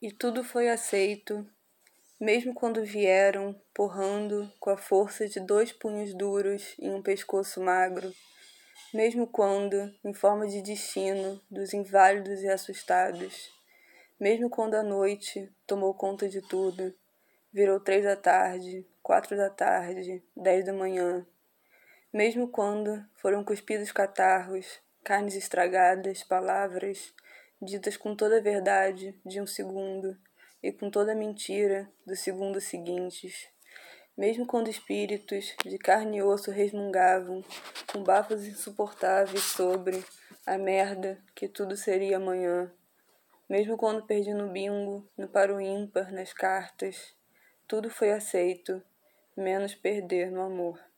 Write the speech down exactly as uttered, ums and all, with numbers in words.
E tudo foi aceito, mesmo quando vieram, porrando com a força de dois punhos duros em um pescoço magro, mesmo quando, em forma de destino, dos inválidos e assustados, mesmo quando a noite tomou conta de tudo, virou três da tarde, quatro da tarde, dez da manhã, mesmo quando foram cuspidos catarros, carnes estragadas, palavras, ditas com toda a verdade de um segundo e com toda a mentira do segundo seguintes, mesmo quando espíritos de carne e osso resmungavam com bafos insuportáveis sobre a merda que tudo seria amanhã, mesmo quando perdi no bingo, no paro ímpar, nas cartas, tudo foi aceito, menos perder no amor.